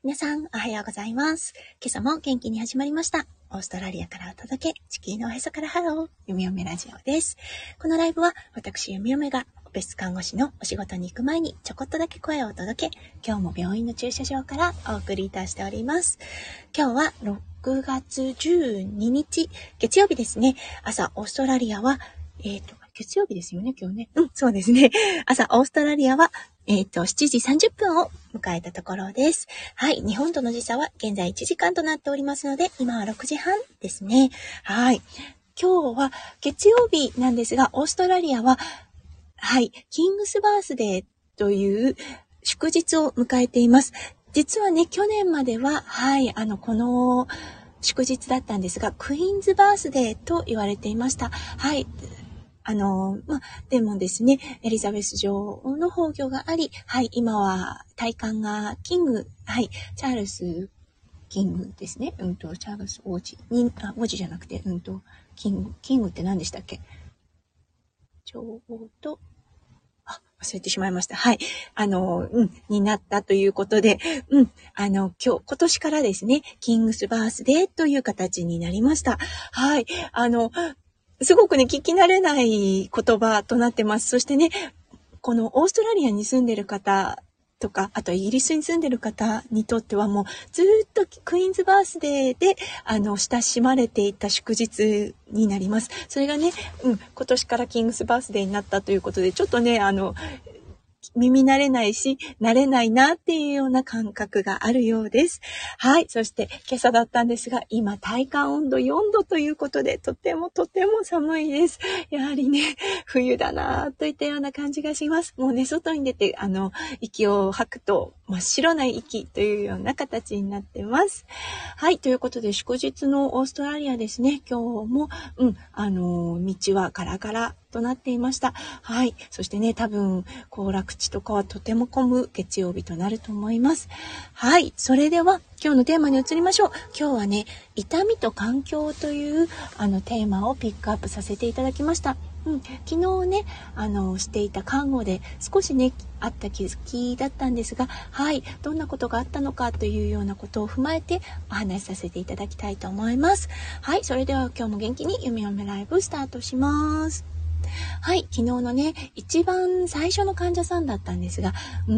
皆さん、おはようございます。今朝も元気に始まりました。オーストラリアからお届け、地球のおへそからハロー、ゆみおめラジオです。このライブは、私ゆみおめが、オペス看護師のお仕事に行く前に、ちょこっとだけ声をお届け、今日も病院の駐車場からお送りいたしております。今日は6月12日、月曜日ですね。朝、オーストラリアは、月曜日ですよね、今日ね。そうですね。朝、オーストラリアは、7時30分を迎えたところです。はい。日本との時差は現在1時間となっておりますので、今は6時半ですね。はい。今日は月曜日なんですが、オーストラリアは、はい。キングスバースデーという祝日を迎えています。実はね、去年までは、はい。この祝日だったんですが、クイーンズバースデーと言われていました。はい。でもですね、エリザベス女王の崩御があり、はい、今は戴冠がキング、はい、チャールズキングですね。チャールズ王子に、王子じゃなくて、キングって何でしたっけ？女王と、忘れてしまいました。はい。になったということで、今年からですね、キングスバースデーという形になりました。はい。すごくね、聞き慣れない言葉となってます。そしてね、このオーストラリアに住んでる方とか、あとイギリスに住んでる方にとってはもうずっとクイーンズバースデーで、親しまれていた祝日になります。それがね、今年からキングスバースデーになったということで、ちょっとね、耳慣れないし、慣れないなっていうような感覚があるようです。はい。そして今朝だったんですが、今体感温度4度ということで、とても寒いです。やはりね、冬だなといったような感じがします。もうね、外に出て、息を吐くと真っ白な息というような形になってます。はい。ということで、祝日のオーストラリアですね。今日も、道はガラガラとなっていました。はい。そしてね、多分、行楽地とかはとても混む月曜日となると思います。はい。それでは、今日のテーマに移りましょう。今日はね、痛みと環境というテーマをピックアップさせていただきました。昨日ね、していた看護で少しね、あった気づきだったんですが、はい、どんなことがあったのかというようなことを踏まえてお話しさせていただきたいと思います。はい、それでは今日も元気にゆみおめライブスタートします。はい、昨日のね、一番最初の患者さんだったんですが、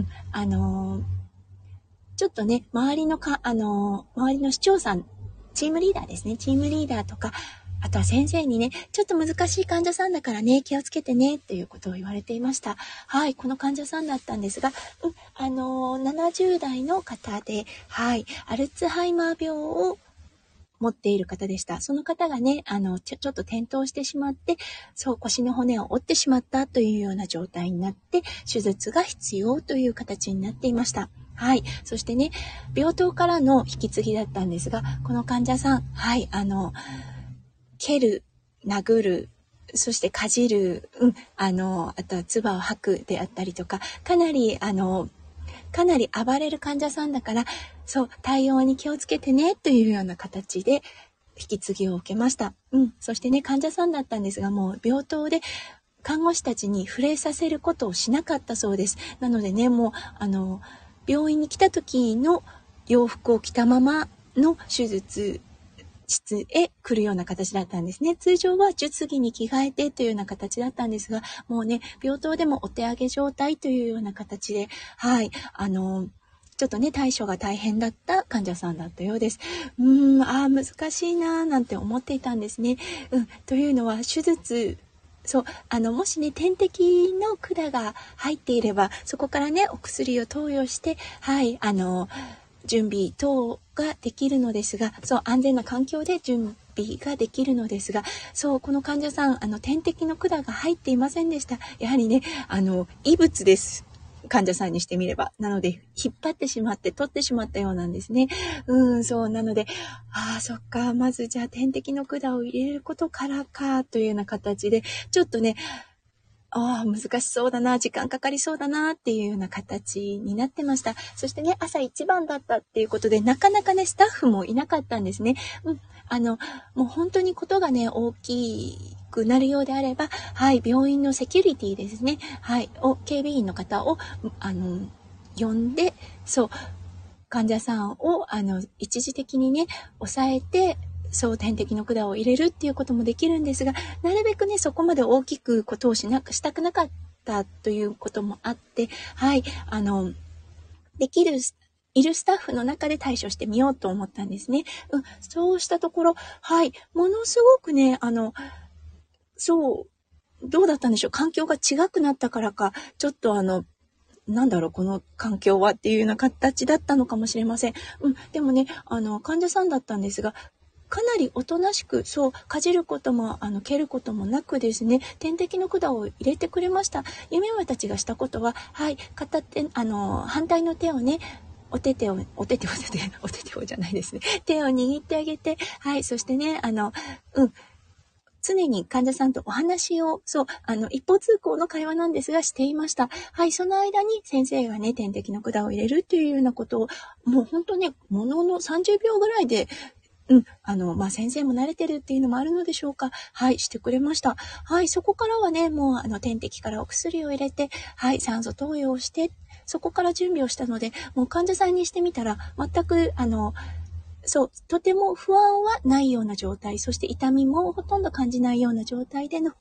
ちょっとね、周りの市長さん、チームリーダーですね、チームリーダーとか、あとは先生にね、ちょっと難しい患者さんだからね、気をつけてね、ということを言われていました。はい、この患者さんだったんですが、70代の方で、はい、アルツハイマー病を持っている方でした。その方がね、ちょっと転倒してしまって、そう、腰の骨を折ってしまったというような状態になって、手術が必要という形になっていました。はい。そしてね、病棟からの引き継ぎだったんですが、この患者さん、はい、蹴る、殴る、そしてかじる、あとは唾を吐くであったりとか、かなり暴れる患者さんだから、そう、対応に気をつけてね、というような形で引き継ぎを受けました。そしてね、患者さんだったんですが、もう病棟で看護師たちに触れさせることをしなかったそうです。なのでね、もう、病院に来た時の洋服を着たままの手術室へ来るような形だったんですね。通常は術着に着替えてというような形だったんですが、もうね、病棟でもお手上げ状態というような形で、はい、ちょっとね、対処が大変だった患者さんだったようです。難しいなぁなんて思っていたんですね。というのは手術、そう、もしね、点滴の管が入っていれば、そこからね、お薬を投与して、はい、準備等ができるのですが、そう、安全な環境で準備ができるのですが、そう、この患者さん、点滴の管が入っていませんでした。やはりね、異物です。患者さんにしてみれば。なので、引っ張ってしまって取ってしまったようなんですね。そう、なので、そっか、まずじゃあ点滴の管を入れることからか、というような形で、ちょっとね、難しそうだな、時間かかりそうだなっていうような形になってました。そしてね、朝一番だったっていうことで、なかなかね、スタッフもいなかったんですね。もう本当にことがね、大きくなるようであれば、はい、病院のセキュリティですね。はい、警備員の方を、呼んで、そう、 患者さんを、一時的にね、抑えて、そう、点滴の管を入れるっていうこともできるんですが、なるべくね、そこまで大きくことをしたくなかったということもあって、はい、いるスタッフの中で対処してみようと思ったんですね。そうしたところ、はい、ものすごくね、そう、どうだったんでしょう。環境が違くなったからか、ちょっとなんだろう、この環境はっていうような形だったのかもしれません。でもね、患者さんだったんですが、かなりおとなしく、そう、かじることも、蹴ることもなくですね、点滴の管を入れてくれました。夢嫁たちがしたことは、はい、片手、反対の手をね、お手手をじゃないですね。手を握ってあげて、はい、そしてね、常に患者さんとお話を、そう、一方通行の会話なんですが、していました。はい、その間に先生がね、点滴の管を入れるというようなことを、もう本当ね、ものの30秒ぐらいで、先生も慣れてるっていうのもあるのでしょうか。はい、してくれました。はい、そこからはね、もう、点滴からお薬を入れて、はい、酸素投与をして、そこから準備をしたので、もう患者さんにしてみたら、全く、そう、とても不安はないような状態、そして痛みもほとんど感じないような状態での、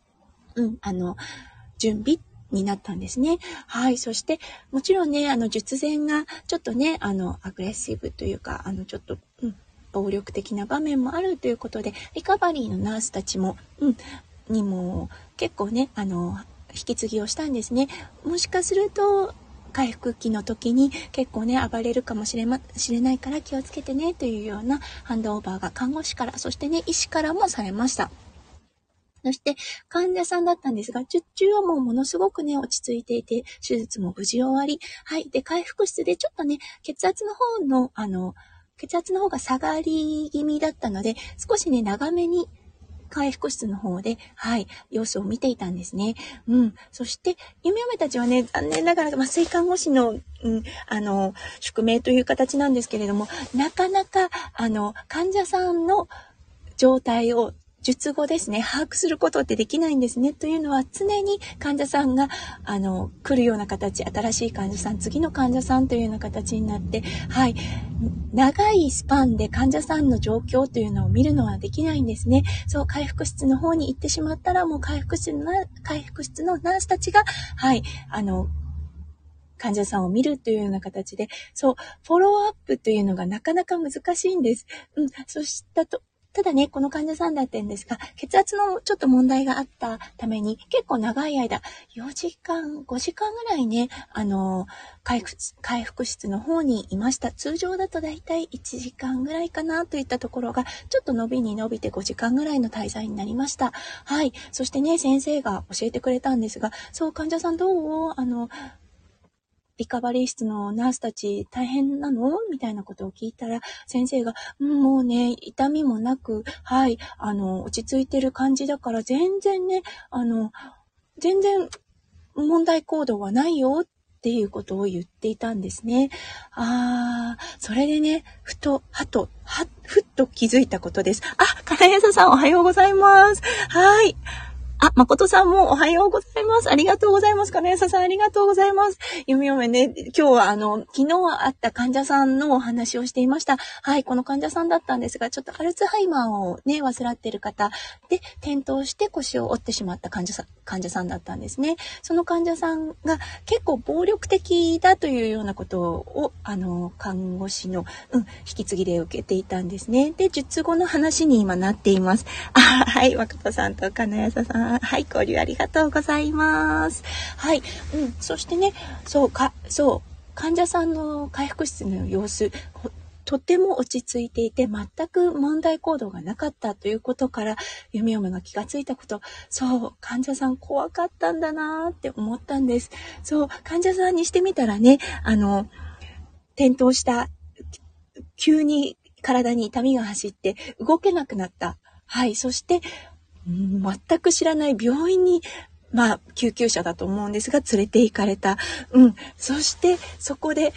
準備になったんですね。はい。そして、もちろんね、術前がちょっとね、アグレッシブというか、ちょっと、暴力的な場面もあるということで、リカバリーのナースたちも、にも結構ね、引き継ぎをしたんですね。もしかすると、回復期の時に結構ね、暴れるかもしれないから気をつけてね、というようなハンドオーバーが看護師から、そしてね、医師からもされました。そして患者さんだったんですが、術中はもうものすごくね、落ち着いていて、手術も無事終わり、はい。で、回復室でちょっとね、血圧の方が下がり気味だったので、少しね、長めに回復室の方で、はい、様子を見ていたんですね。そして、夢嫁たちはね、残念ながら、麻酔看護師の、宿命という形なんですけれども、なかなか、患者さんの状態を術後ですね、把握することってできないんですね。というのは、常に患者さんが、来るような形、新しい患者さん、次の患者さんというような形になって、はい、長いスパンで患者さんの状況というのを見るのはできないんですね。そう、回復室の方に行ってしまったら、もう回復室のナースたちが、はい、患者さんを見るというような形で、そう、フォローアップというのがなかなか難しいんです。そうしたと、ただね、この患者さんだったんですが、血圧のちょっと問題があったために、結構長い間、4時間、5時間ぐらいね、回復室の方にいました。通常だとだいたい1時間ぐらいかなといったところが、ちょっと伸びて5時間ぐらいの滞在になりました。はい。そしてね、先生が教えてくれたんですが、そう、患者さんどう？リカバリー室のナースたち大変なの？みたいなことを聞いたら、先生が、もうね、痛みもなく、はい、落ち着いてる感じだから、全然ね、全然問題行動はないよっていうことを言っていたんですね。それでね、ふっと気づいたことです。金谷さんおはようございます。はい。誠さんもおはようございます。ありがとうございます。金谷さんありがとうございます。嫁ね、今日は昨日会った患者さんのお話をしていました。はい、この患者さんだったんですが、ちょっとアルツハイマーをね、患っている方で、転倒して腰を折ってしまった患者さんだったんですね。その患者さんが結構暴力的だというようなことを、看護師の、引き継ぎで受けていたんですね。で、術後の話に今なっています。はい、誠さんと金谷さん、はい、交流ありがとうございます。はい、そしてね、患者さんの回復室の様子、とても落ち着いていて、全く問題行動がなかったということから、弓嫁が気がついたこと、そう、患者さん怖かったんだなって思ったんです。そう、患者さんにしてみたらね、転倒した、急に体に痛みが走って動けなくなった。はい、そして、全く知らない病院に、救急車だと思うんですが、連れて行かれた。そして、そこで、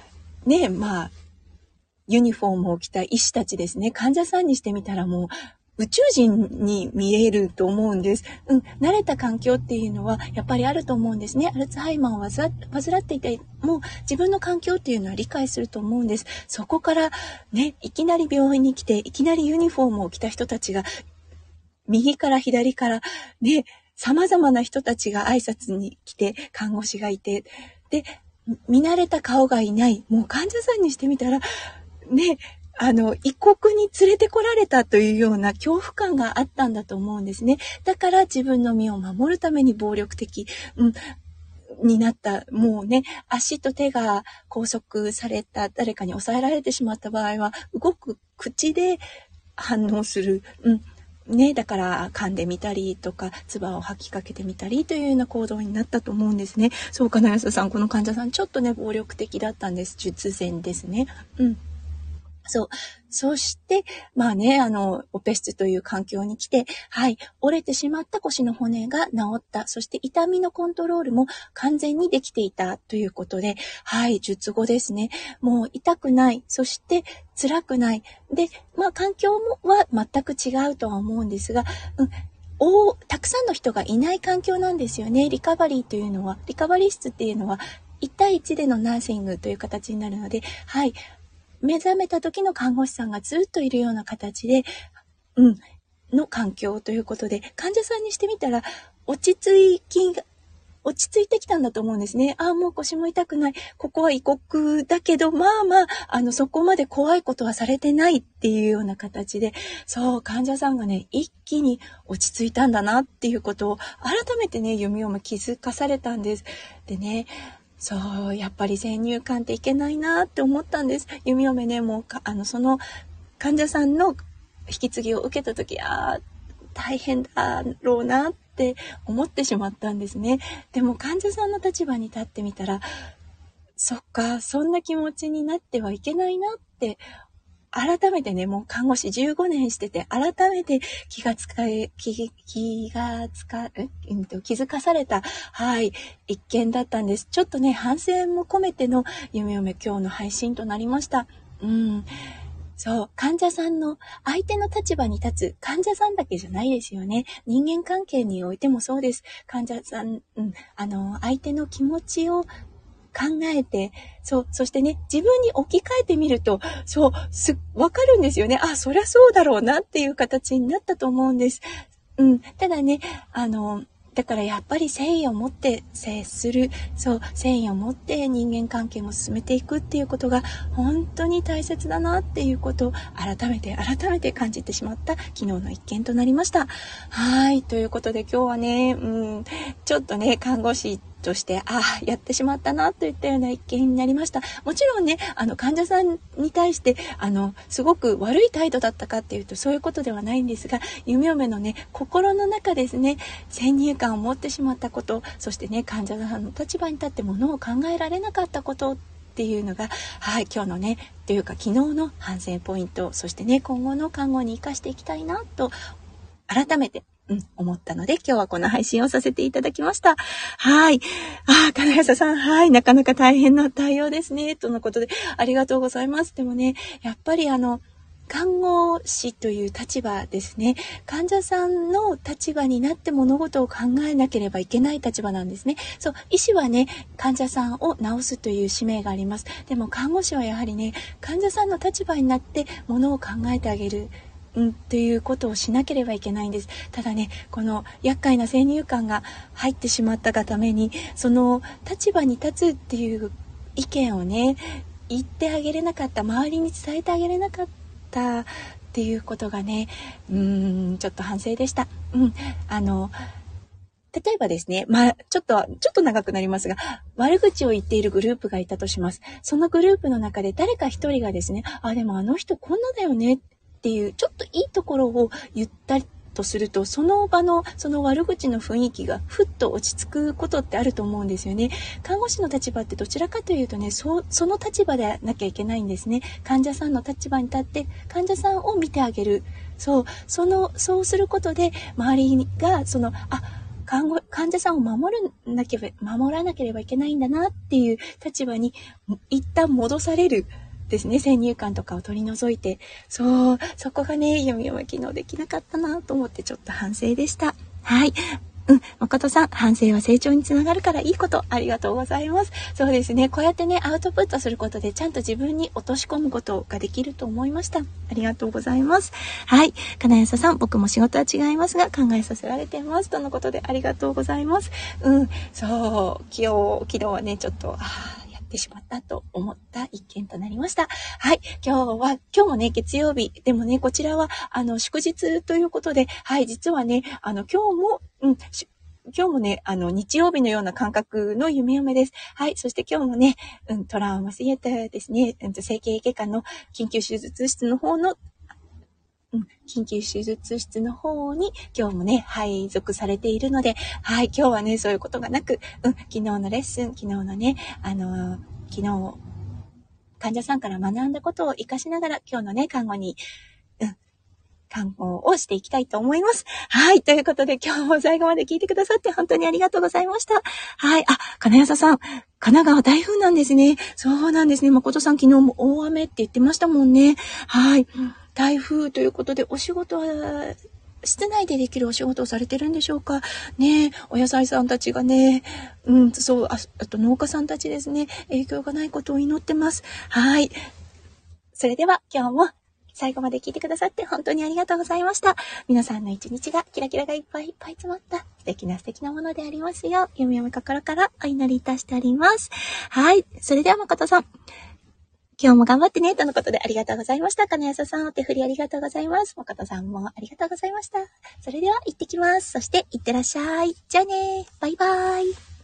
ユニフォームを着た医師たちですね。患者さんにしてみたらもう、 宇宙人に見えると思うんです。慣れた環境っていうのはやっぱりあると思うんですね。アルツハイマーを患っていても自分の環境っていうのは理解すると思うんです。そこからね、いきなり病院に来て、いきなりユニフォームを着た人たちが右から左からね、様々な人たちが挨拶に来て、看護師がいて、で、見慣れた顔がいない、もう患者さんにしてみたらね、異国に連れてこられたというような恐怖感があったんだと思うんですね。だから自分の身を守るために暴力的、になった。もうね、足と手が拘束された、誰かに抑えられてしまった場合は、動く口で反応する。ね、だから噛んでみたりとか、唾を吐きかけてみたりというような行動になったと思うんですね。そうかな、安田さん、この患者さんちょっとね、暴力的だったんです。術前ですね。そして、オペ室という環境に来て、折れてしまった腰の骨が治った。そして痛みのコントロールも完全にできていたということで、術後ですね。もう痛くない。そして辛くない。で、環境は全く違うとは思うんですが、たくさんの人がいない環境なんですよね。リカバリー室っていうのは、1対1でのナーシングという形になるので、目覚めた時の看護師さんがずっといるような形で、の環境ということで、患者さんにしてみたら落ち着いてきたんだと思うんですね。もう腰も痛くない。ここは異国だけど、そこまで怖いことはされてないっていうような形で、患者さんがね、一気に落ち着いたんだなっていうことを改めてね、読みを気づかされたんです。でね、やっぱり先入観っていけないなって思ったんです。弓嫁ね、もうその患者さんの引き継ぎを受けた時、大変だろうなって思ってしまったんですね。でも患者さんの立場に立ってみたら、そっか、そんな気持ちになってはいけないなって改めてね、もう看護師15年してて、改めて気づかされた、一件だったんです。ちょっとね、反省も込めての弓嫁今日の配信となりました。患者さんの相手の立場に立つ患者さんだけじゃないですよね。人間関係においてもそうです。患者さん、相手の気持ちを考えて、そしてね、自分に置き換えてみると、わかるんですよね。そりゃそうだろうなっていう形になったと思うんです。ただね、だからやっぱり誠意を持って接する、誠意を持って人間関係も進めていくっていうことが本当に大切だなっていうことを改めて感じてしまった昨日の一件となりました。ということで今日はね、ちょっとね、看護師としてやってしまったなといったような一件になりました。もちろんね、患者さんに対してすごく悪い態度だったかっていうとそういうことではないんですが、弓嫁のね、心の中ですね、先入観を持ってしまったこと、そしてね、患者さんの立場に立ってものを考えられなかったことっていうのが、今日のね、というか昨日の反省ポイント、そしてね、今後の看護に生かしていきたいなと改めて思ったので、今日はこの配信をさせていただきました。金谷さん、なかなか大変な対応ですね、とのことで、ありがとうございます。でもね、やっぱり看護師という立場ですね。患者さんの立場になって物事を考えなければいけない立場なんですね。医師はね、患者さんを治すという使命があります。でも看護師はやはりね、患者さんの立場になって物を考えてあげる。ということをしなければいけないんです。ただね、この厄介な先入観が入ってしまったがために、その立場に立つっていう意見をね、言ってあげれなかった、周りに伝えてあげれなかったっていうことがね、ちょっと反省でした。例えばですね、ちょっと長くなりますが、悪口を言っているグループがいたとします。そのグループの中で誰か一人がですね、でもあの人こんなだよねっていうちょっといいところを言ったりとすると、その場のその悪口の雰囲気がふっと落ち着くことってあると思うんですよね。看護師の立場ってどちらかというとね、その立場でなきゃいけないんですね。患者さんの立場に立って患者さんを見てあげる。そうすることで周りが患者さんを守らなければいけないんだなっていう立場に一旦戻される。 ですね、先入観とかを取り除いて、そこがね、読み読み昨日できなかったなと思ってちょっと反省でした。はい。誠さん、反省は成長につながるからいいこと、ありがとうございます。そうですね、こうやってね、アウトプットすることで、ちゃんと自分に落とし込むことができると思いました。ありがとうございます。はい。金谷さん、僕も仕事は違いますが、考えさせられています。とのことで、ありがとうございます。そう、昨日はね、ちょっと、やってしまったと思った一件となりました。はい。今日もね、月曜日。でもね、こちらは、祝日ということで、はい、実はね、今日もね、日曜日のような感覚の夢嫁です。はい。そして今日もね、トラウマシアターですね、整形外科の緊急手術室の方の緊急手術室の方に今日もね、配属されているので、はい、今日はね、そういうことがなく、昨日のレッスン、昨日のね、昨日、患者さんから学んだことを活かしながら、今日のね、看護をしていきたいと思います。はい。ということで、今日も最後まで聞いてくださって本当にありがとうございました。はい。金谷さん、神奈川台風なんですね。そうなんですね。誠さん、昨日も大雨って言ってましたもんね。はい。台風ということで、お仕事は、室内でできるお仕事をされてるんでしょうかね。お野菜さんたちがね、あと農家さんたちですね、影響がないことを祈ってます。はい。それでは今日も最後まで聞いてくださって本当にありがとうございました。皆さんの一日がキラキラがいっぱいいっぱい詰まった素敵なものでありますよう、ゆみゆみ心からお祈りいたしております。はい。それでは誠さん。今日も頑張ってね、とのことでありがとうございました。金谷さん、お手振りありがとうございます。誠さんもありがとうございました。それでは行ってきます。そして行ってらっしゃい。じゃあね。バイバイ。